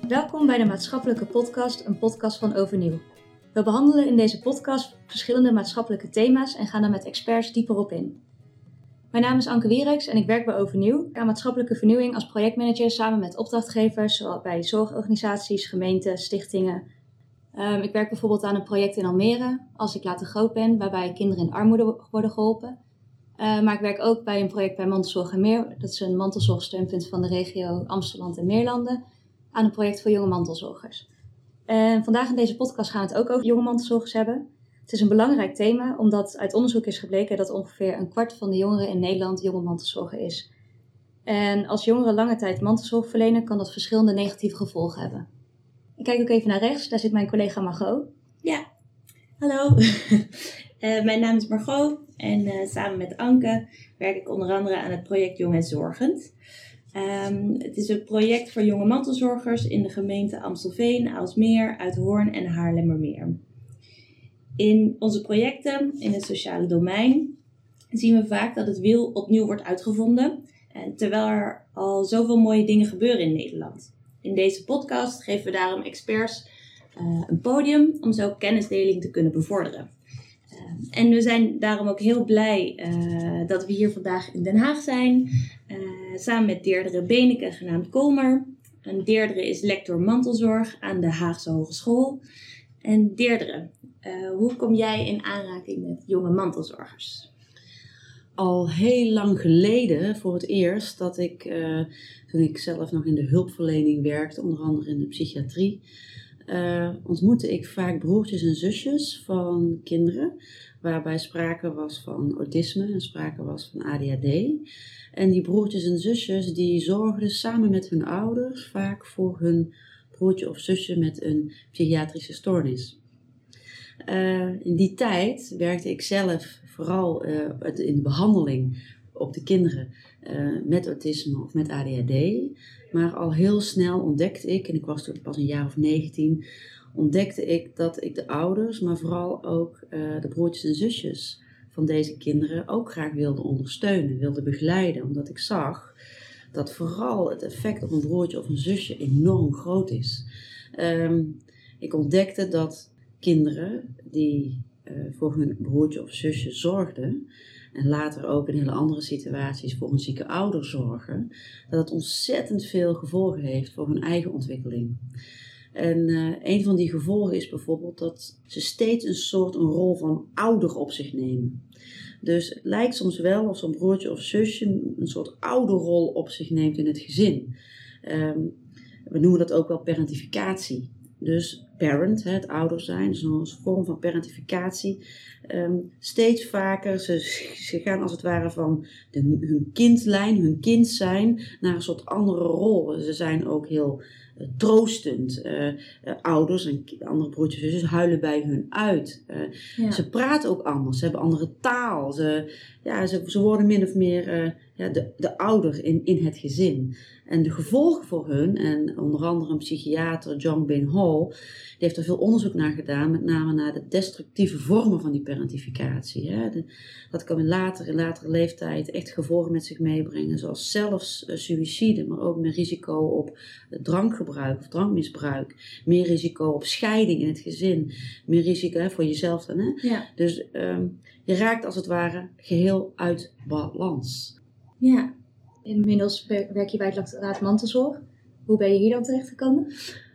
Welkom bij de Maatschappelijke Podcast, een podcast van Overnieuw. We behandelen in deze podcast verschillende maatschappelijke thema's en gaan daar met experts dieper op in. Mijn naam is Anke Wierex en ik werk bij Overnieuw aan maatschappelijke vernieuwing als projectmanager samen met opdrachtgevers, zoals bij zorgorganisaties, gemeenten, stichtingen. Ik werk bijvoorbeeld aan een project in Almere, Als ik later groot ben, waarbij kinderen in armoede worden geholpen. Maar ik werk ook bij een project bij Mantelzorg en Meer. Dat is een mantelzorgsteunpunt van de regio Amsterdam en Meerlanden. Aan een project voor jonge mantelzorgers. En vandaag in deze podcast gaan we het ook over jonge mantelzorgers hebben. Het is een belangrijk thema, omdat uit onderzoek is gebleken dat ongeveer een kwart van de jongeren in Nederland jonge mantelzorger is. En als jongeren lange tijd mantelzorg verlenen, kan dat verschillende negatieve gevolgen hebben. Ik kijk ook even naar rechts, daar zit mijn collega Margot. Ja, hallo. Mijn naam is Margot en samen met Anke werk ik onder andere aan het project Jong en Zorgend. Het is een project voor jonge mantelzorgers in de gemeenten Amstelveen, Aalsmeer, Uithoorn en Haarlemmermeer. In onze projecten in het sociale domein zien we vaak dat het wiel opnieuw wordt uitgevonden, terwijl er al zoveel mooie dingen gebeuren in Nederland. In deze podcast geven we daarom experts een podium om zo kennisdeling te kunnen bevorderen. En we zijn daarom ook heel blij dat we hier vandaag in Den Haag zijn, samen met Deirdre Beneke, genaamd Kolmer. En Deirdre is lector mantelzorg aan de Haagse Hogeschool. En Deirdre, hoe kom jij in aanraking met jonge mantelzorgers? Al heel lang geleden, voor het eerst, toen ik zelf nog in de hulpverlening werkte, onder andere in de psychiatrie, ontmoette ik vaak broertjes en zusjes van kinderen, waarbij sprake was van autisme en sprake was van ADHD. En die broertjes en zusjes die zorgden samen met hun ouders vaak voor hun broertje of zusje met een psychiatrische stoornis. In die tijd werkte ik zelf vooral in de behandeling op de kinderen met autisme of met ADHD. Maar al heel snel ontdekte ik, en ik was toen pas een jaar of 19, ontdekte ik dat ik de ouders, maar vooral ook de broertjes en zusjes van deze kinderen ook graag wilde ondersteunen, wilde begeleiden. Omdat ik zag dat vooral het effect op een broertje of een zusje enorm groot is. Ik ontdekte dat kinderen die voor hun broertje of zusje zorgden, en later ook in hele andere situaties voor een zieke ouder zorgen, dat het ontzettend veel gevolgen heeft voor hun eigen ontwikkeling. En een van die gevolgen is bijvoorbeeld dat ze steeds een rol van ouder op zich nemen. Dus het lijkt soms wel of zo'n broertje of zusje een soort ouderrol op zich neemt in het gezin. We noemen dat ook wel parentificatie. Dus parent, het ouder zijn, dus een vorm van parentificatie. Steeds vaker, ze gaan als het ware van hun kindlijn, hun kind zijn, naar een soort andere rol. Ze zijn ook heel troostend. Ouders en andere broertjes en zusjes huilen bij hun uit. Ze praten ook anders, ze hebben andere taal. Ze worden min of meer de ouder in het gezin. En de gevolgen voor hun, en onder andere een psychiater, John Bain Hall, die heeft er veel onderzoek naar gedaan, met name naar de destructieve vormen van die parentificatie. Dat kan in latere leeftijd echt gevolgen met zich meebrengen, zoals zelfs suïcide, maar ook meer risico op drankgebruik of drankmisbruik, meer risico op scheiding in het gezin, meer risico voor jezelf dan. Ja. Dus je raakt als het ware geheel uit balans. Ja. Inmiddels werk je bij het lectoraat mantelzorg. Hoe ben je hier dan terechtgekomen?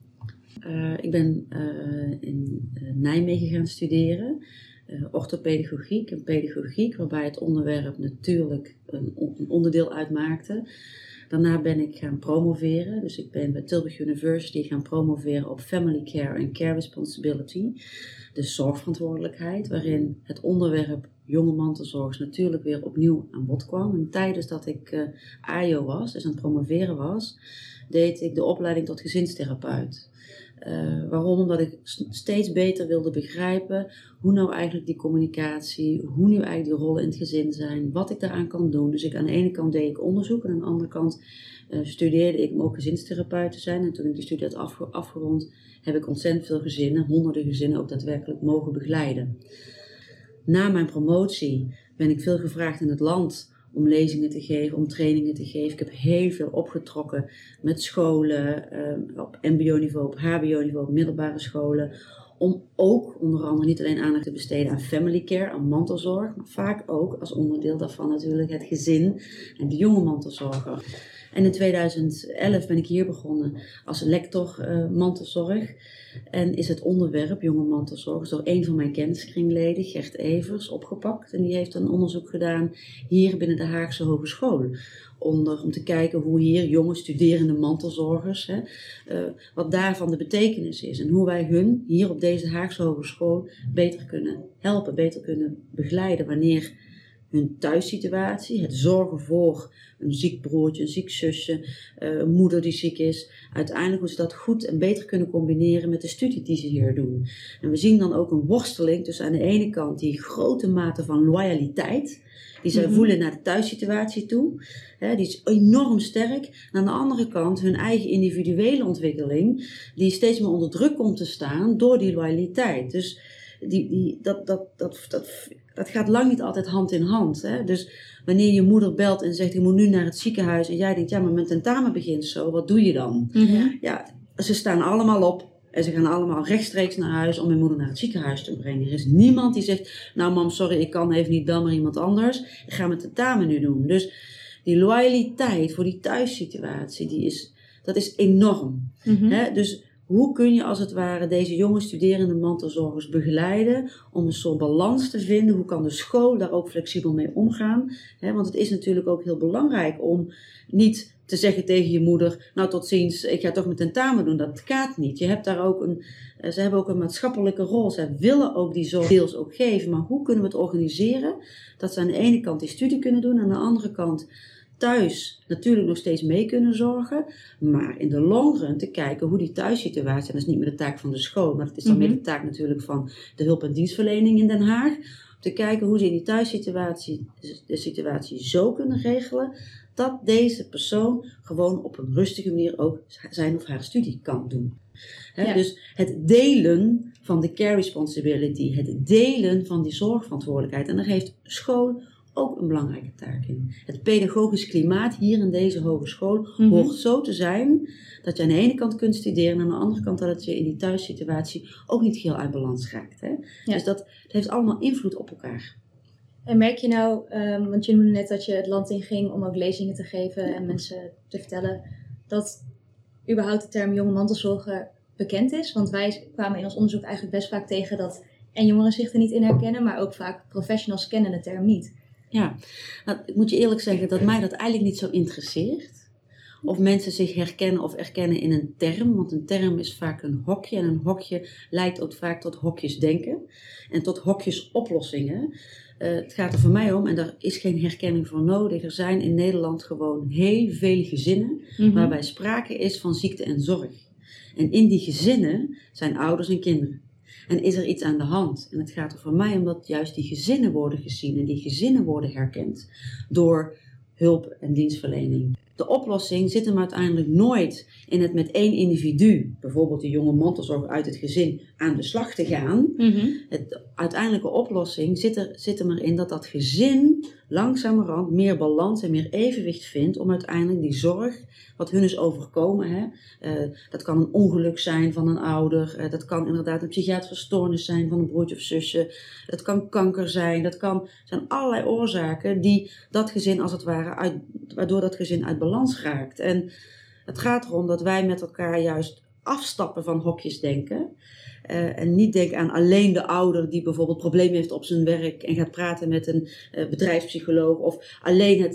Ik ben in Nijmegen gaan studeren, orthopedagogiek en pedagogiek, waarbij het onderwerp natuurlijk een onderdeel uitmaakte. Daarna ben ik gaan promoveren, dus ik ben bij Tilburg University gaan promoveren op Family Care en Care Responsibility, de zorgverantwoordelijkheid, waarin het onderwerp jonge mantelzorgers natuurlijk weer opnieuw aan bod kwam. En tijdens dat ik AJO was, dus aan het promoveren was, deed ik de opleiding tot gezinstherapeut. Waarom? Omdat ik steeds beter wilde begrijpen hoe nou eigenlijk die communicatie, hoe nu eigenlijk die rollen in het gezin zijn, wat ik daaraan kan doen. Dus aan de ene kant deed ik onderzoek en aan de andere kant studeerde ik om ook gezinstherapeut te zijn. En toen ik die studie had afgerond, heb ik ontzettend veel gezinnen, honderden gezinnen ook daadwerkelijk mogen begeleiden. Na mijn promotie ben ik veel gevraagd in het land om lezingen te geven, om trainingen te geven. Ik heb heel veel opgetrokken met scholen, op mbo-niveau, op hbo-niveau, op middelbare scholen. Om ook onder andere niet alleen aandacht te besteden aan family care, aan mantelzorg, maar vaak ook als onderdeel daarvan natuurlijk het gezin en de jonge mantelzorger. En in 2011 ben ik hier begonnen als lector mantelzorg. En is het onderwerp jonge mantelzorgers door een van mijn kenniskringleden, Gert Evers, opgepakt. En die heeft een onderzoek gedaan hier binnen de Haagse Hogeschool. Om te kijken hoe hier jonge studerende mantelzorgers, wat daarvan de betekenis is. En hoe wij hun hier op deze Haagse Hogeschool beter kunnen helpen, beter kunnen begeleiden wanneer hun thuissituatie, het zorgen voor een ziek broertje, een ziek zusje, een moeder die ziek is. Uiteindelijk hoe ze dat goed en beter kunnen combineren met de studie die ze hier doen. En we zien dan ook een worsteling tussen aan de ene kant die grote mate van loyaliteit die zij voelen naar de thuissituatie toe. Die is enorm sterk. En aan de andere kant hun eigen individuele ontwikkeling die steeds meer onder druk komt te staan door die loyaliteit. Dus dat gaat lang niet altijd hand in hand. Dus wanneer je moeder belt en zegt, ik moet nu naar het ziekenhuis. En jij denkt, ja, maar mijn tentamen begint zo. Wat doe je dan? Ja, ze staan allemaal op. En ze gaan allemaal rechtstreeks naar huis om mijn moeder naar het ziekenhuis te brengen. Er is niemand die zegt, nou mam, sorry, ik kan even niet, dan maar iemand anders. Ik ga mijn tentamen nu doen. Dus die loyaliteit voor die thuissituatie, dat is enorm. Dus hoe kun je als het ware deze jonge studerende mantelzorgers begeleiden om een soort balans te vinden? Hoe kan de school daar ook flexibel mee omgaan? Want het is natuurlijk ook heel belangrijk om niet te zeggen tegen je moeder, nou tot ziens, ik ga toch mijn tentamen doen. Dat gaat niet. Je hebt daar ook ze hebben ook een maatschappelijke rol. Zij willen ook die zorg deels ook geven. Maar hoe kunnen we het organiseren dat ze aan de ene kant die studie kunnen doen, aan de andere kant thuis natuurlijk nog steeds mee kunnen zorgen, maar in de long run te kijken hoe die thuissituatie, en dat is niet meer de taak van de school, maar het is dan meer de taak natuurlijk van de hulp- en dienstverlening in Den Haag, te kijken hoe ze in die thuissituatie de situatie zo kunnen regelen, dat deze persoon gewoon op een rustige manier ook zijn of haar studie kan doen. Dus het delen van de care responsibility, het delen van die zorgverantwoordelijkheid, en daar heeft school ook een belangrijke taak in. Het pedagogisch klimaat hier in deze hogeschool hoort zo te zijn dat je aan de ene kant kunt studeren en aan de andere kant dat het je in die thuissituatie ook niet geheel uit balans raakt. Dus dat heeft allemaal invloed op elkaar. En merk je nou, want je noemde net dat je het land in ging om ook lezingen te geven en mensen te vertellen, dat überhaupt de term jonge mantelzorger bekend is? Want wij kwamen in ons onderzoek eigenlijk best vaak tegen dat en jongeren zich er niet in herkennen, maar ook vaak professionals kennen de term niet. Ja, nou, ik moet je eerlijk zeggen dat mij dat eigenlijk niet zo interesseert. Of mensen zich herkennen of erkennen in een term. Want een term is vaak een hokje. En een hokje leidt ook vaak tot hokjesdenken. En tot hokjesoplossingen. Het gaat er voor mij om, en daar is geen herkenning voor nodig. Er zijn in Nederland gewoon heel veel gezinnen waarbij sprake is van ziekte en zorg. En in die gezinnen zijn ouders en kinderen. En is er iets aan de hand? En het gaat er voor mij om dat juist die gezinnen worden gezien en die gezinnen worden herkend door hulp- en dienstverlening. De oplossing zit hem uiteindelijk nooit in het met één individu, bijvoorbeeld de jonge mantelzorger uit het gezin, aan de slag te gaan. De uiteindelijke oplossing zit hem erin dat dat gezin langzamerhand meer balans en meer evenwicht vindt om uiteindelijk die zorg, wat hun is overkomen. Dat kan een ongeluk zijn van een ouder, dat kan inderdaad een psychiatrische stoornis zijn van een broertje of zusje, dat kan kanker zijn, zijn allerlei oorzaken die dat gezin als het ware waardoor dat gezin uit balans raakt. En het gaat erom dat wij met elkaar juist afstappen van hokjesdenken. En niet denken aan alleen de ouder die bijvoorbeeld problemen heeft op zijn werk en gaat praten met een bedrijfspsycholoog. Of alleen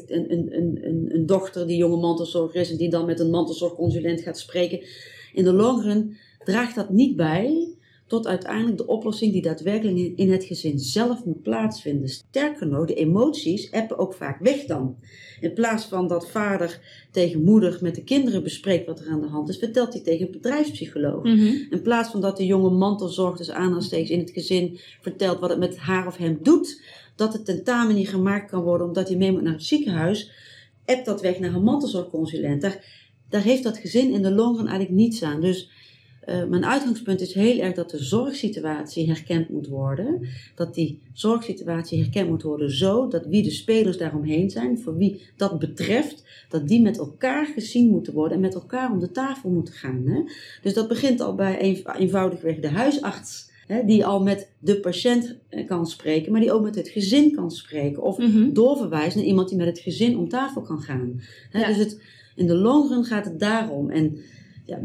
een dochter die jonge mantelzorger is en die dan met een mantelzorgconsulent gaat spreken. In de long run draagt dat niet bij tot uiteindelijk de oplossing die daadwerkelijk in het gezin zelf moet plaatsvinden. Sterker nog, de emoties appen ook vaak weg dan. In plaats van dat vader tegen moeder met de kinderen bespreekt wat er aan de hand is, vertelt hij tegen een bedrijfspsycholoog. In plaats van dat de jonge mantelzorger dus aanhalingstekens in het gezin vertelt wat het met haar of hem doet, dat het tentamen niet gemaakt kan worden omdat hij mee moet naar het ziekenhuis, appt dat weg naar een mantelzorgconsulent. Daar heeft dat gezin in de long run eigenlijk niets aan. Dus Mijn uitgangspunt is heel erg dat de zorgsituatie herkend moet worden. Dat die zorgsituatie herkend moet worden zo dat wie de spelers daaromheen zijn, voor wie dat betreft, dat die met elkaar gezien moeten worden en met elkaar om de tafel moeten gaan. Hè? Dus dat begint al bij eenvoudigweg de huisarts. Die al met de patiënt kan spreken, maar die ook met het gezin kan spreken. Of doorverwijzen naar iemand die met het gezin om tafel kan gaan. Ja. Dus in de long run gaat het daarom. En ja,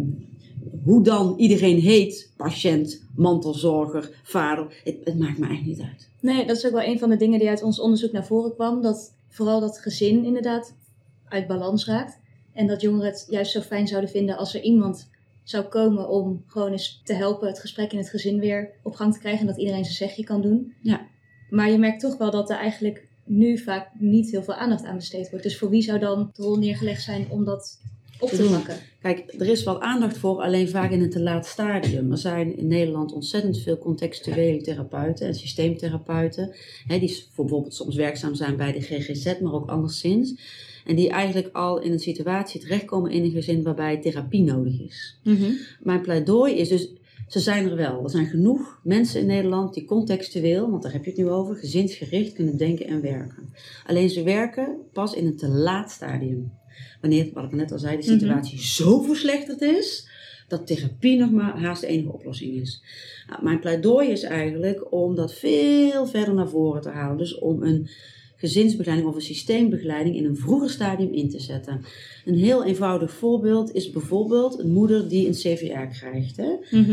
hoe dan iedereen heet, patiënt, mantelzorger, vader, het maakt me eigenlijk niet uit. Nee, dat is ook wel een van de dingen die uit ons onderzoek naar voren kwam. Dat vooral dat gezin inderdaad uit balans raakt. En dat jongeren het juist zo fijn zouden vinden als er iemand zou komen om gewoon eens te helpen het gesprek in het gezin weer op gang te krijgen en dat iedereen zijn zegje kan doen. Ja. Maar je merkt toch wel dat er eigenlijk nu vaak niet heel veel aandacht aan besteed wordt. Dus voor wie zou dan de rol neergelegd zijn om dat op te pakken? Kijk, er is wel aandacht voor, alleen vaak in een te laat stadium. Er zijn in Nederland ontzettend veel contextuele therapeuten en systeemtherapeuten, die bijvoorbeeld soms werkzaam zijn bij de GGZ, maar ook anderszins. En die eigenlijk al in een situatie terechtkomen in een gezin waarbij therapie nodig is. Mijn pleidooi is dus, ze zijn er wel. Er zijn genoeg mensen in Nederland die contextueel, want daar heb je het nu over, gezinsgericht kunnen denken en werken. Alleen ze werken pas in een te laat stadium. Wanneer, wat ik net al zei, de situatie zo verslechterd is, dat therapie nog maar haast de enige oplossing is. Nou, mijn pleidooi is eigenlijk om dat veel verder naar voren te halen. Dus om een gezinsbegeleiding of een systeembegeleiding in een vroeger stadium in te zetten. Een heel eenvoudig voorbeeld is bijvoorbeeld een moeder die een CVR krijgt. Hè?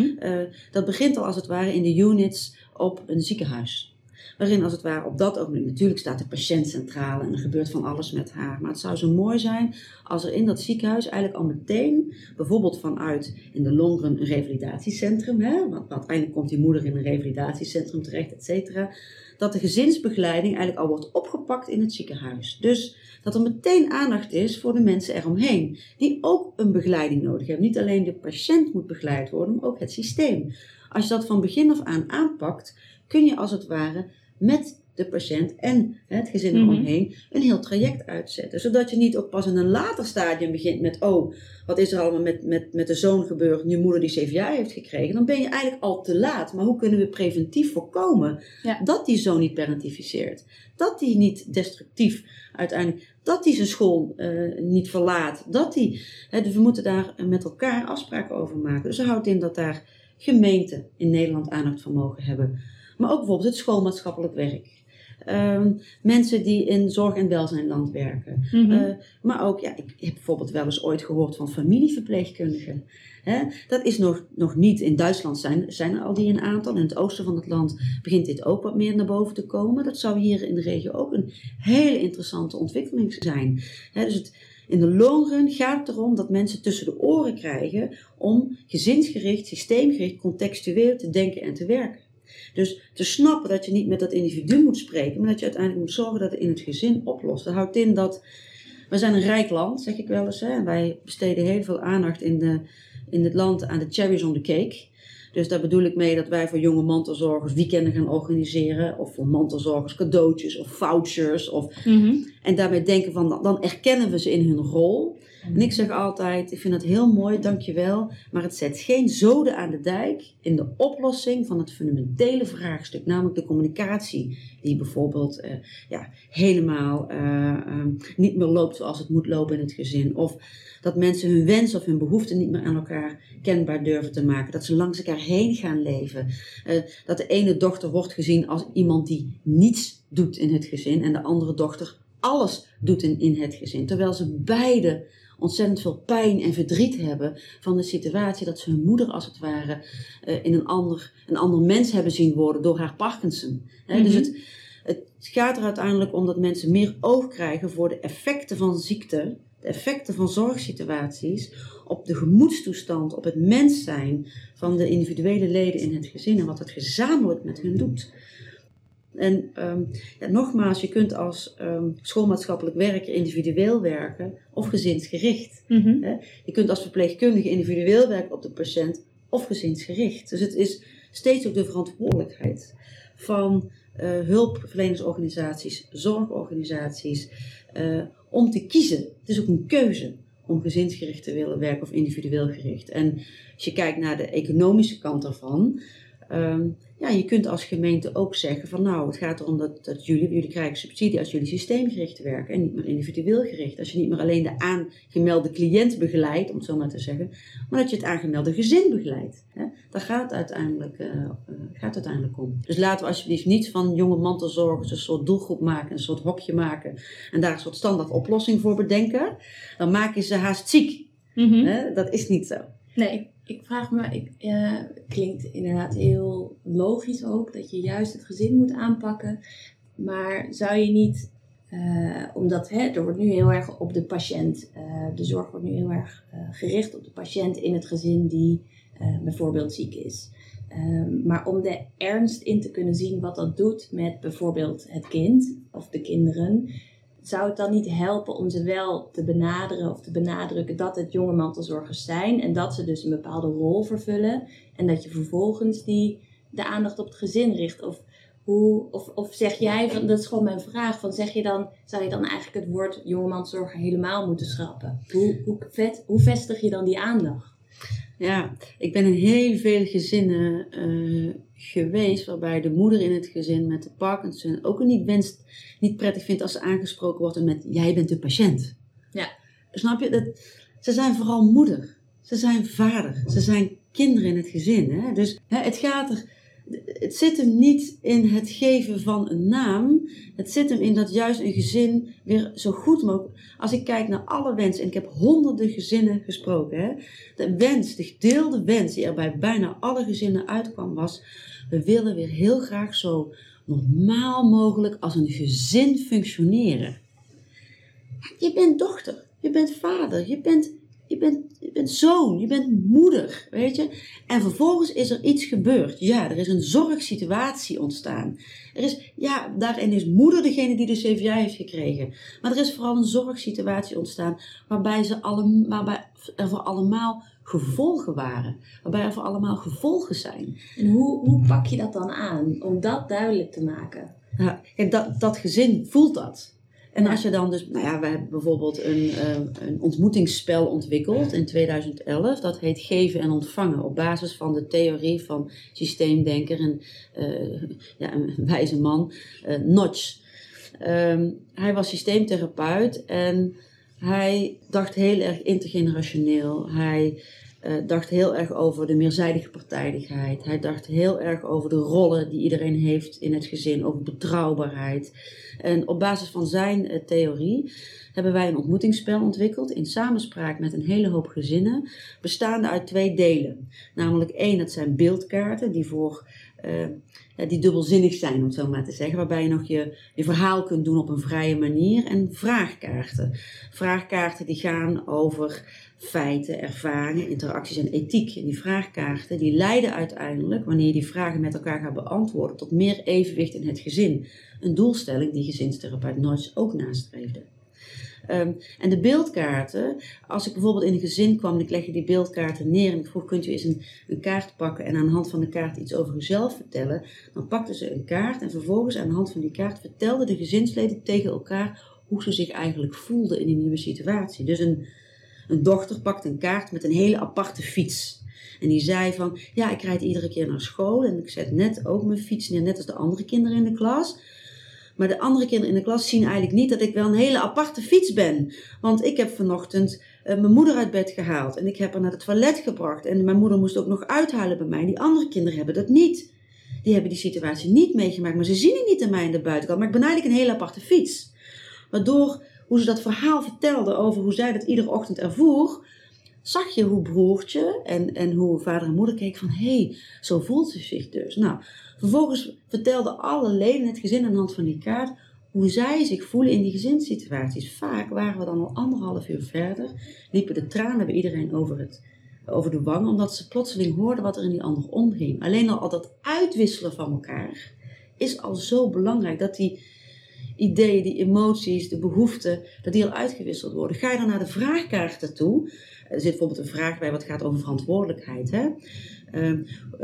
Dat begint al als het ware in de units op een ziekenhuis. Waarin als het ware op dat ogenblik, natuurlijk staat de patiënt centraal en er gebeurt van alles met haar. Maar het zou zo mooi zijn als er in dat ziekenhuis eigenlijk al meteen, bijvoorbeeld vanuit in de long run een revalidatiecentrum, want uiteindelijk komt die moeder in een revalidatiecentrum terecht, et cetera, dat de gezinsbegeleiding eigenlijk al wordt opgepakt in het ziekenhuis. Dus dat er meteen aandacht is voor de mensen eromheen, die ook een begeleiding nodig hebben. Niet alleen de patiënt moet begeleid worden, maar ook het systeem. Als je dat van begin af aan aanpakt, kun je als het ware met de patiënt en het gezin eromheen een heel traject uitzetten. Zodat je niet ook pas in een later stadium begint met, wat is er allemaal met de zoon gebeurd, nu moeder die CVA heeft gekregen. Dan ben je eigenlijk al te laat. Maar hoe kunnen we preventief voorkomen dat die zoon niet parentificeert? Dat die niet destructief uiteindelijk, dat die zijn school niet verlaat. Dus we moeten daar met elkaar afspraken over maken. Dus dat houdt in dat daar gemeenten in Nederland aandacht voor mogen hebben. Maar ook bijvoorbeeld het schoolmaatschappelijk werk. Mensen die in zorg- en welzijnland werken. Maar ook, ik heb bijvoorbeeld wel eens ooit gehoord van familieverpleegkundigen. Dat is nog niet, in Duitsland zijn er al die een aantal. In het oosten van het land begint dit ook wat meer naar boven te komen. Dat zou hier in de regio ook een hele interessante ontwikkeling zijn. Dus in de long run gaat het erom dat mensen tussen de oren krijgen om gezinsgericht, systeemgericht, contextueel te denken en te werken. Dus te snappen dat je niet met dat individu moet spreken, maar dat je uiteindelijk moet zorgen dat het in het gezin oplost. Dat houdt in dat, we zijn een rijk land, zeg ik wel eens, en wij besteden heel veel aandacht in het land aan de cherries on the cake. Dus daar bedoel ik mee dat wij voor jonge mantelzorgers weekenden gaan organiseren, of voor mantelzorgers cadeautjes of vouchers. En daarmee denken van, dan erkennen we ze in hun rol. En ik zeg altijd, ik vind dat heel mooi, dankjewel, maar het zet geen zoden aan de dijk in de oplossing van het fundamentele vraagstuk, namelijk de communicatie, die bijvoorbeeld helemaal niet meer loopt zoals het moet lopen in het gezin. Of dat mensen hun wensen of hun behoeften niet meer aan elkaar kenbaar durven te maken. Dat ze langs elkaar heen gaan leven. Dat de ene dochter wordt gezien als iemand die niets doet in het gezin en de andere dochter alles doet in het gezin. Terwijl ze beide ontzettend veel pijn en verdriet hebben van de situatie dat ze hun moeder als het ware in een ander mens hebben zien worden door haar Parkinson. Dus het gaat er uiteindelijk om dat mensen meer oog krijgen voor de effecten van ziekte, de effecten van zorgsituaties op de gemoedstoestand, op het mens zijn van de individuele leden in het gezin en wat het gezamenlijk met hun doet. En nogmaals, je kunt als schoolmaatschappelijk werker individueel werken of gezinsgericht. Je kunt als verpleegkundige individueel werken op de patiënt of gezinsgericht. Dus het is steeds ook de verantwoordelijkheid van hulpverleningsorganisaties, zorgorganisaties, om te kiezen. Het is ook een keuze om gezinsgericht te willen werken of individueel gericht. En als je kijkt naar de economische kant daarvan, je kunt als gemeente ook zeggen van nou, het gaat erom dat jullie krijgen subsidie als jullie systeemgericht werken en niet meer individueel gericht. Als je niet meer alleen de aangemelde cliënt begeleidt, om het zo maar te zeggen, maar dat je het aangemelde gezin begeleidt. Hè? Daar gaat het uiteindelijk om. Dus laten we alsjeblieft niet van jonge mantelzorgers een soort doelgroep maken, een soort hokje maken en daar een soort standaard oplossing voor bedenken. Dan maak je ze haast ziek. Hè? Dat is niet zo. Nee, ik vraag me, klinkt inderdaad heel logisch ook, dat je juist het gezin moet aanpakken. Maar zou je niet, omdat er wordt nu heel erg op de patiënt, de zorg wordt nu heel erg gericht op de patiënt in het gezin die bijvoorbeeld ziek is. Maar om de ernst in te kunnen zien wat dat doet met bijvoorbeeld het kind of de kinderen, zou het dan niet helpen om ze wel te benaderen of te benadrukken dat het jonge mantelzorgers zijn en dat ze dus een bepaalde rol vervullen en dat je vervolgens de aandacht op het gezin richt? Of zeg jij, dat is gewoon mijn vraag, zou je dan eigenlijk het woord jonge mantelzorger helemaal moeten schrappen? Hoe vestig je dan die aandacht? Ja, ik ben in heel veel gezinnen geweest waarbij de moeder in het gezin met de Parkinson ook niet prettig vindt als ze aangesproken wordt met jij bent de patiënt. Ja. Snap je? Ze zijn vooral moeder. Ze zijn vader. Ze zijn kinderen in het gezin. Hè? Dus het zit hem niet in het geven van een naam. Het zit hem in dat juist een gezin weer zo goed mogelijk. Als ik kijk naar alle wensen, en ik heb honderden gezinnen gesproken. Hè, de gedeelde wens die er bij bijna alle gezinnen uitkwam was: we willen weer heel graag zo normaal mogelijk als een gezin functioneren. Je bent dochter, je bent vader, je bent zoon, je bent moeder, weet je. En vervolgens is er iets gebeurd. Ja, er is een zorgsituatie ontstaan. Daarin is moeder degene die de CVA heeft gekregen. Maar er is vooral een zorgsituatie ontstaan waarbij er voor allemaal gevolgen waren. Waarbij er voor allemaal gevolgen zijn. En hoe pak je dat dan aan om dat duidelijk te maken? Ja, dat gezin voelt dat. En als je dan dus, we hebben bijvoorbeeld een ontmoetingsspel ontwikkeld in 2011. Dat heet Geven en Ontvangen. Op basis van de theorie van systeemdenker en een wijze man, Notch. Hij was systeemtherapeut en hij dacht heel erg intergenerationeel. Hij dacht heel erg over de meerzijdige partijdigheid. Hij dacht heel erg over de rollen die iedereen heeft in het gezin, over betrouwbaarheid. En op basis van zijn theorie hebben wij een ontmoetingsspel ontwikkeld in samenspraak met een hele hoop gezinnen, bestaande uit 2 delen. Namelijk 1, dat zijn beeldkaarten die dubbelzinnig zijn, om het zo maar te zeggen, waarbij je nog je verhaal kunt doen op een vrije manier, en vraagkaarten. Vraagkaarten die gaan over feiten, ervaringen, interacties en ethiek. En die vraagkaarten die leiden uiteindelijk, wanneer je die vragen met elkaar gaat beantwoorden, tot meer evenwicht in het gezin. Een doelstelling die gezinstherapeut Notch ook nastreefde. En de beeldkaarten, als ik bijvoorbeeld in een gezin kwam en ik legde die beeldkaarten neer en ik vroeg, kunt u eens een kaart pakken en aan de hand van de kaart iets over uzelf vertellen, dan pakten ze een kaart en vervolgens aan de hand van die kaart vertelden de gezinsleden tegen elkaar hoe ze zich eigenlijk voelden in die nieuwe situatie. Dus een dochter pakte een kaart met een hele aparte fiets. En die zei van, ja, ik rijd iedere keer naar school en ik zet net ook mijn fiets neer, net als de andere kinderen in de klas. Maar de andere kinderen in de klas zien eigenlijk niet dat ik wel een hele aparte fiets ben. Want ik heb vanochtend mijn moeder uit bed gehaald en ik heb haar naar het toilet gebracht. En mijn moeder moest ook nog uithuilen bij mij. Die andere kinderen hebben dat niet. Die hebben die situatie niet meegemaakt, maar ze zien het niet aan mij in de buitenkant. Maar ik ben eigenlijk een hele aparte fiets. Waardoor, hoe ze dat verhaal vertelden over hoe zij dat iedere ochtend ervoer, zag je hoe broertje en hoe vader en moeder keken van, hé, zo voelt ze zich dus. Nou, vervolgens vertelden alle leden in het gezin aan de hand van die kaart hoe zij zich voelen in die gezinssituaties. Vaak waren we dan al 1,5 uur verder, liepen de tranen bij iedereen over de wangen, omdat ze plotseling hoorden wat er in die ander omging. Alleen al dat uitwisselen van elkaar is al zo belangrijk, dat die ideeën, die emoties, de behoeften, dat die al uitgewisseld worden. Ga je dan naar de vraagkaarten toe? Er zit bijvoorbeeld een vraag bij wat gaat over verantwoordelijkheid. Hè?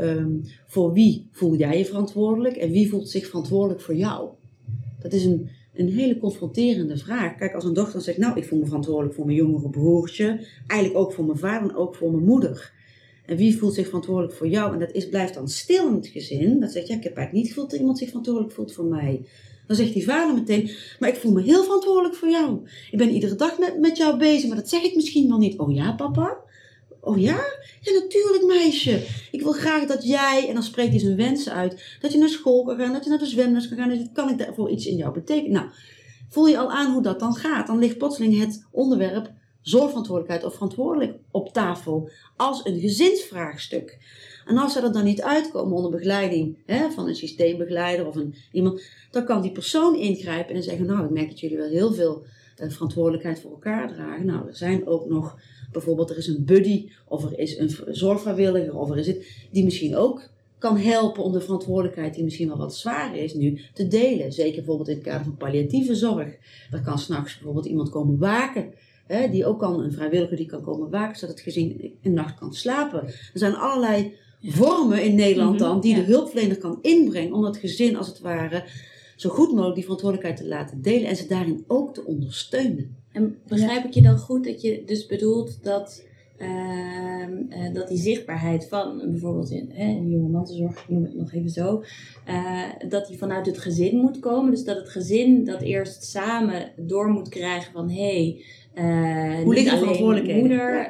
Voor wie voel jij je verantwoordelijk en wie voelt zich verantwoordelijk voor jou? Dat is een hele confronterende vraag. Kijk, als een dochter zegt, nou, ik voel me verantwoordelijk voor mijn jongere broertje. Eigenlijk ook voor mijn vader en ook voor mijn moeder. En wie voelt zich verantwoordelijk voor jou? En dat blijft dan stil in het gezin. Dan zegt, ja, ik heb eigenlijk niet gevoeld dat iemand zich verantwoordelijk voelt voor mij. Dan zegt die vader meteen, maar ik voel me heel verantwoordelijk voor jou. Ik ben iedere dag met jou bezig, maar dat zeg ik misschien wel niet. Oh ja, papa? Oh ja? Ja, natuurlijk, meisje. Ik wil graag dat jij, en dan spreekt hij zijn wensen uit, dat je naar school kan gaan, dat je naar de zwemles kan gaan. Dus kan ik daarvoor iets in jou betekenen? Nou, voel je al aan hoe dat dan gaat? Dan ligt plotseling het onderwerp zorgverantwoordelijkheid of verantwoordelijk op tafel als een gezinsvraagstuk. En als ze er dan niet uitkomen onder begeleiding van een systeembegeleider of iemand, dan kan die persoon ingrijpen en zeggen, nou, ik merk dat jullie wel heel veel verantwoordelijkheid voor elkaar dragen. Nou, er zijn ook nog, bijvoorbeeld er is een buddy of er is een zorgvrijwilliger of er is het, die misschien ook kan helpen om de verantwoordelijkheid die misschien wel wat zwaar is nu te delen. Zeker bijvoorbeeld in het kader van palliatieve zorg. Er kan 's nachts bijvoorbeeld iemand komen waken. Die ook kan, een vrijwilliger die kan komen waken, zodat het gezin een nacht kan slapen. Er zijn allerlei vormen in Nederland dan, die de hulpverlener kan inbrengen om het gezin als het ware zo goed mogelijk die verantwoordelijkheid te laten delen en ze daarin ook te ondersteunen. En begrijp ik je dan goed dat je dus bedoelt dat die zichtbaarheid van bijvoorbeeld in jonge mantelzorg, ik noem het nog even zo, dat die vanuit het gezin moet komen. Dus dat het gezin dat eerst samen door moet krijgen van hoe ligt de verantwoordelijkheid? Moeder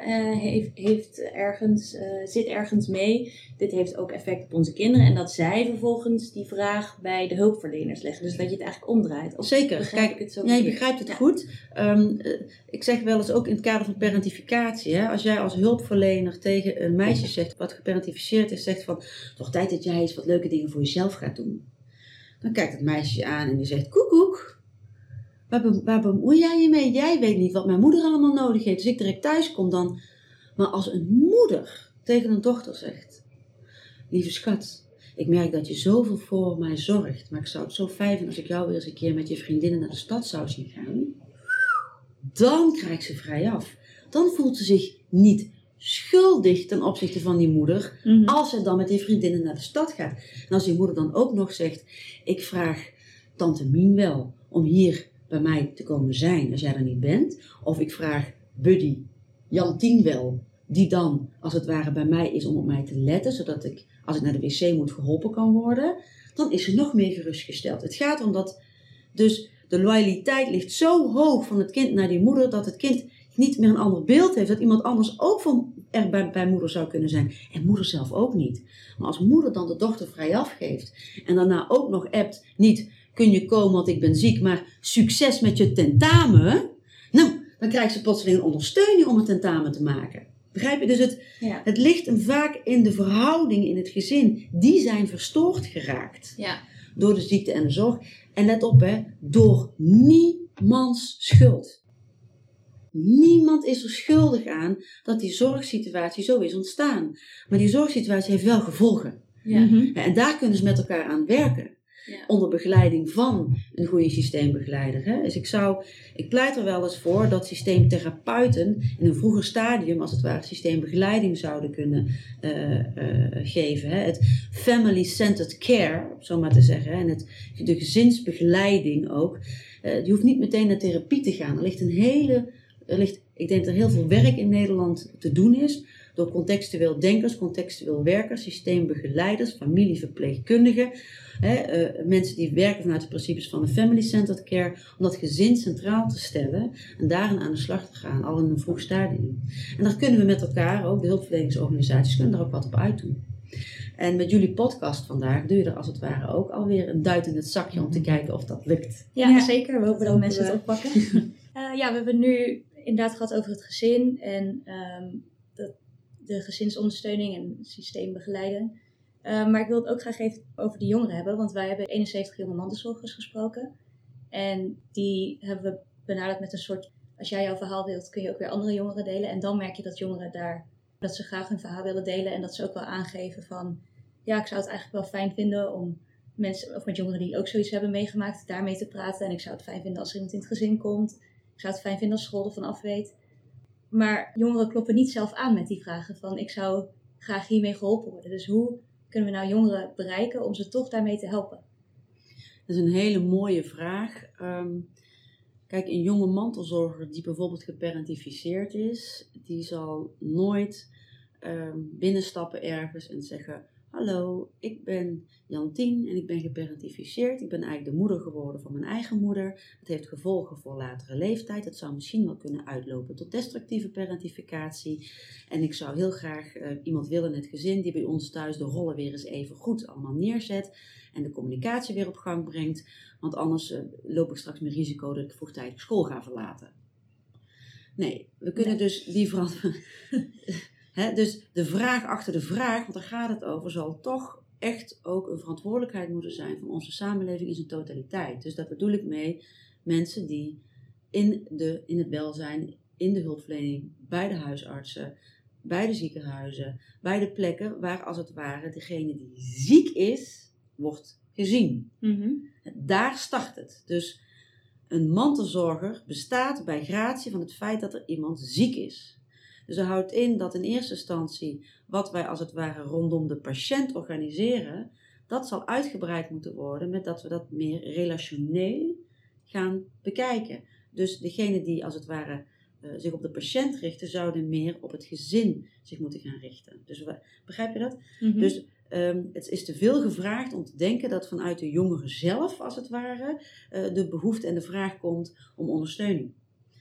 zit ergens mee. Dit heeft ook effect op onze kinderen. En dat zij vervolgens die vraag bij de hulpverleners leggen. Dus dat je het eigenlijk omdraait. Of zeker. Kijk, je begrijpt het goed. Ik zeg wel eens ook in het kader van parentificatie. Als jij als hulpverlener tegen een meisje zegt wat geparentificeerd is, zegt van, het wordt tijd dat jij eens wat leuke dingen voor jezelf gaat doen. Dan kijkt het meisje je aan en die zegt, koekoek. Waar bemoei jij je mee? Jij weet niet wat mijn moeder allemaal nodig heeft. Dus ik direct thuis kom dan. Maar als een moeder tegen een dochter zegt, lieve schat, ik merk dat je zoveel voor mij zorgt. Maar ik zou het zo fijn vinden als ik jou weer eens een keer met je vriendinnen naar de stad zou zien gaan. Dan krijgt ze vrij af. Dan voelt ze zich niet schuldig ten opzichte van die moeder. Als ze dan met die vriendinnen naar de stad gaat. En als die moeder dan ook nog zegt, ik vraag tante Mien wel om hier bij mij te komen zijn als jij er niet bent. Of ik vraag buddy Jantien wel, die dan als het ware bij mij is om op mij te letten, zodat ik, als ik naar de wc moet, geholpen kan worden. Dan is ze nog meer gerustgesteld. Het gaat om dat dus de loyaliteit ligt zo hoog van het kind naar die moeder, dat het kind niet meer een ander beeld heeft. Dat iemand anders ook er bij moeder zou kunnen zijn. En moeder zelf ook niet. Maar als moeder dan de dochter vrij afgeeft en daarna ook nog appt, niet kun je komen want ik ben ziek, maar succes met je tentamen. Nou, dan krijgt ze plotseling een ondersteuning om een tentamen te maken. Begrijp je? Dus het ligt hem vaak in de verhoudingen in het gezin. Die zijn verstoord geraakt. Ja. Door de ziekte en de zorg. En let op, door niemands schuld. Niemand is er schuldig aan dat die zorgsituatie zo is ontstaan. Maar die zorgsituatie heeft wel gevolgen. Ja. En daar kunnen ze met elkaar aan werken. Ja. Onder begeleiding van een goede systeembegeleider. Dus ik pleit er wel eens voor dat systeemtherapeuten in een vroeger stadium als het ware systeembegeleiding zouden kunnen geven. Het family-centered care, om zo maar te zeggen. En de gezinsbegeleiding ook. Je hoeft niet meteen naar therapie te gaan. Ik denk dat er heel veel werk in Nederland te doen is. Door contextueel denkers, contextueel werkers, systeembegeleiders, familieverpleegkundigen. Mensen die werken vanuit de principes van de family-centered care. Om dat gezin centraal te stellen en daarin aan de slag te gaan. Al in een vroeg stadium. En daar kunnen we met elkaar, ook de hulpverleningsorganisaties, kunnen daar ook wat op uitdoen. En met jullie podcast vandaag doe je er als het ware ook alweer een duit in het zakje om te kijken of dat lukt. Ja, zeker. We hopen dat mensen het oppakken. We hebben nu inderdaad gehad over het gezin en de gezinsondersteuning en systeembegeleiden. Maar ik wil het ook graag even over de jongeren hebben, want wij hebben 71 jonge mantelzorgers gesproken. En die hebben we benaderd met een soort, als jij jouw verhaal deelt, kun je ook weer andere jongeren delen. En dan merk je dat jongeren dat ze graag hun verhaal willen delen en dat ze ook wel aangeven van, ja, ik zou het eigenlijk wel fijn vinden om mensen, of met jongeren die ook zoiets hebben meegemaakt, daarmee te praten. En ik zou het fijn vinden als er iemand in het gezin komt. Ik zou het fijn vinden als school ervan af weet. Maar jongeren kloppen niet zelf aan met die vragen van, ik zou graag hiermee geholpen worden. Dus hoe kunnen we nou jongeren bereiken om ze toch daarmee te helpen? Dat is een hele mooie vraag. Kijk, een jonge mantelzorger die bijvoorbeeld geparentificeerd is, die zal nooit binnenstappen ergens en zeggen: hallo, ik ben Jantien en ik ben geparentificeerd. Ik ben eigenlijk de moeder geworden van mijn eigen moeder. Dat heeft gevolgen voor latere leeftijd. Het zou misschien wel kunnen uitlopen tot destructieve parentificatie. En ik zou heel graag iemand willen in het gezin die bij ons thuis de rollen weer eens even goed allemaal neerzet. En de communicatie weer op gang brengt. Want anders loop ik straks meer risico dat ik vroegtijdig school ga verlaten. Nee, we kunnen dus die dus de vraag achter de vraag, want daar gaat het over, zal toch echt ook een verantwoordelijkheid moeten zijn van onze samenleving in zijn totaliteit. Dus daar bedoel ik mee mensen die in het welzijn, in de hulpverlening, bij de huisartsen, bij de ziekenhuizen, bij de plekken waar als het ware degene die ziek is, wordt gezien. Mm-hmm. Daar start het. Dus een mantelzorger bestaat bij gratie van het feit dat er iemand ziek is. Dus dat houdt in dat in eerste instantie wat wij als het ware rondom de patiënt organiseren, dat zal uitgebreid moeten worden met dat we dat meer relationeel gaan bekijken. Dus degene die als het ware zich op de patiënt richten, zouden meer op het gezin zich moeten gaan richten. Dus begrijp je dat? Mm-hmm. Dus het is te veel gevraagd om te denken dat vanuit de jongere zelf, als het ware, de behoefte en de vraag komt om ondersteuning.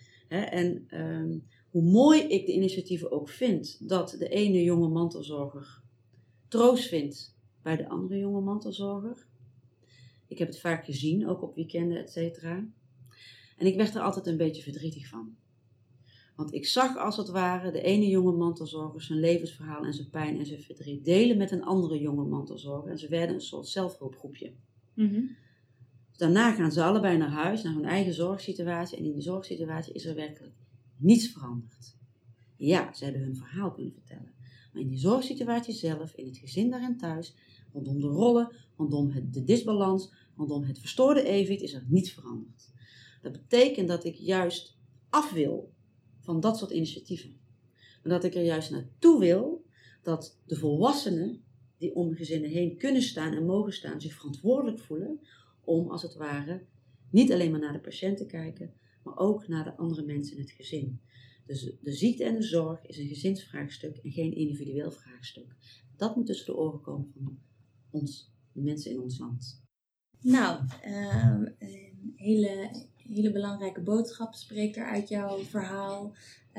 Hoe mooi ik de initiatieven ook vind, dat de ene jonge mantelzorger troost vindt bij de andere jonge mantelzorger. Ik heb het vaak gezien, ook op weekenden, et cetera. En ik werd er altijd een beetje verdrietig van. Want ik zag als het ware de ene jonge mantelzorger zijn levensverhaal en zijn pijn en zijn verdriet delen met een andere jonge mantelzorger. En ze werden een soort zelfhulpgroepje. Mm-hmm. Daarna gaan ze allebei naar huis, naar hun eigen zorgsituatie. En in die zorgsituatie is er werkelijk niets veranderd. Ja, ze hebben hun verhaal kunnen vertellen. Maar in die zorgsituatie zelf, in het gezin daarin thuis, rondom de rollen, rondom de disbalans, rondom het verstoorde evenwicht, is er niets veranderd. Dat betekent dat ik juist af wil van dat soort initiatieven. Maar dat ik er juist naartoe wil dat de volwassenen die om gezinnen heen kunnen staan en mogen staan, zich verantwoordelijk voelen om als het ware niet alleen maar naar de patiënt te kijken, maar ook naar de andere mensen in het gezin. Dus de ziekte en de zorg is een gezinsvraagstuk en geen individueel vraagstuk. Dat moet tussen de oren komen van ons, de mensen in ons land. Nou, een hele belangrijke boodschap spreekt er uit jouw verhaal.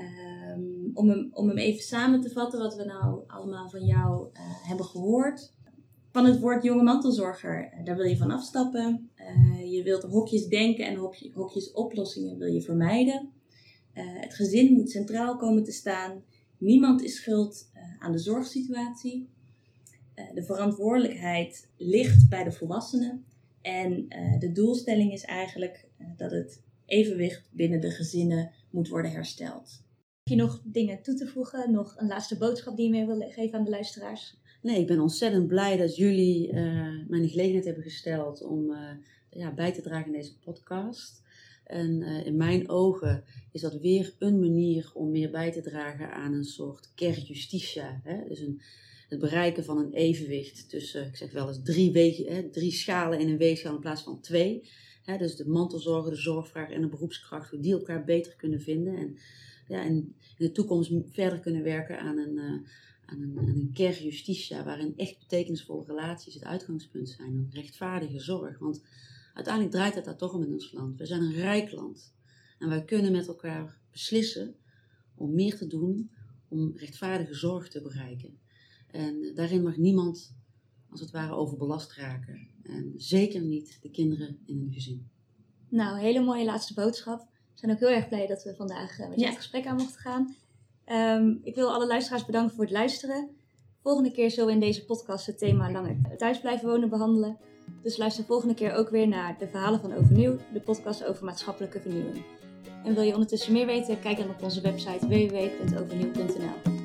Om hem even samen te vatten, wat we nou allemaal van jou hebben gehoord. Van het woord jonge mantelzorger, daar wil je van afstappen. Je wilt hokjes denken en hokjes oplossingen wil je vermijden. Het gezin moet centraal komen te staan. Niemand is schuld aan de zorgsituatie. De verantwoordelijkheid ligt bij de volwassenen. En de doelstelling is eigenlijk dat het evenwicht binnen de gezinnen moet worden hersteld. Heb je nog dingen toe te voegen? Nog een laatste boodschap die je mee wil geven aan de luisteraars? Nee, ik ben ontzettend blij dat jullie mij de gelegenheid hebben gesteld om bij te dragen in deze podcast. En in mijn ogen is dat weer een manier om meer bij te dragen aan een soort care justitia. Dus het bereiken van een evenwicht tussen, ik zeg wel eens, 3 schalen in een weegschaal in plaats van 2. Dus de mantelzorger, de zorgvraag en de beroepskracht, hoe die elkaar beter kunnen vinden. En in de toekomst verder kunnen werken aan een care justitia, waarin echt betekenisvolle relaties het uitgangspunt zijn. Een rechtvaardige zorg. Want uiteindelijk draait het daar toch om in ons land. We zijn een rijk land. En wij kunnen met elkaar beslissen om meer te doen om rechtvaardige zorg te bereiken. En daarin mag niemand als het ware overbelast raken. En zeker niet de kinderen in een gezin. Nou, hele mooie laatste boodschap. We zijn ook heel erg blij dat we vandaag met je het gesprek aan mochten gaan. Ik wil alle luisteraars bedanken voor het luisteren. Volgende keer zullen we in deze podcast het thema langer thuis blijven wonen behandelen. Dus luister volgende keer ook weer naar de verhalen van Overnieuw, de podcast over maatschappelijke vernieuwing. En wil je ondertussen meer weten, kijk dan op onze website www.overnieuw.nl.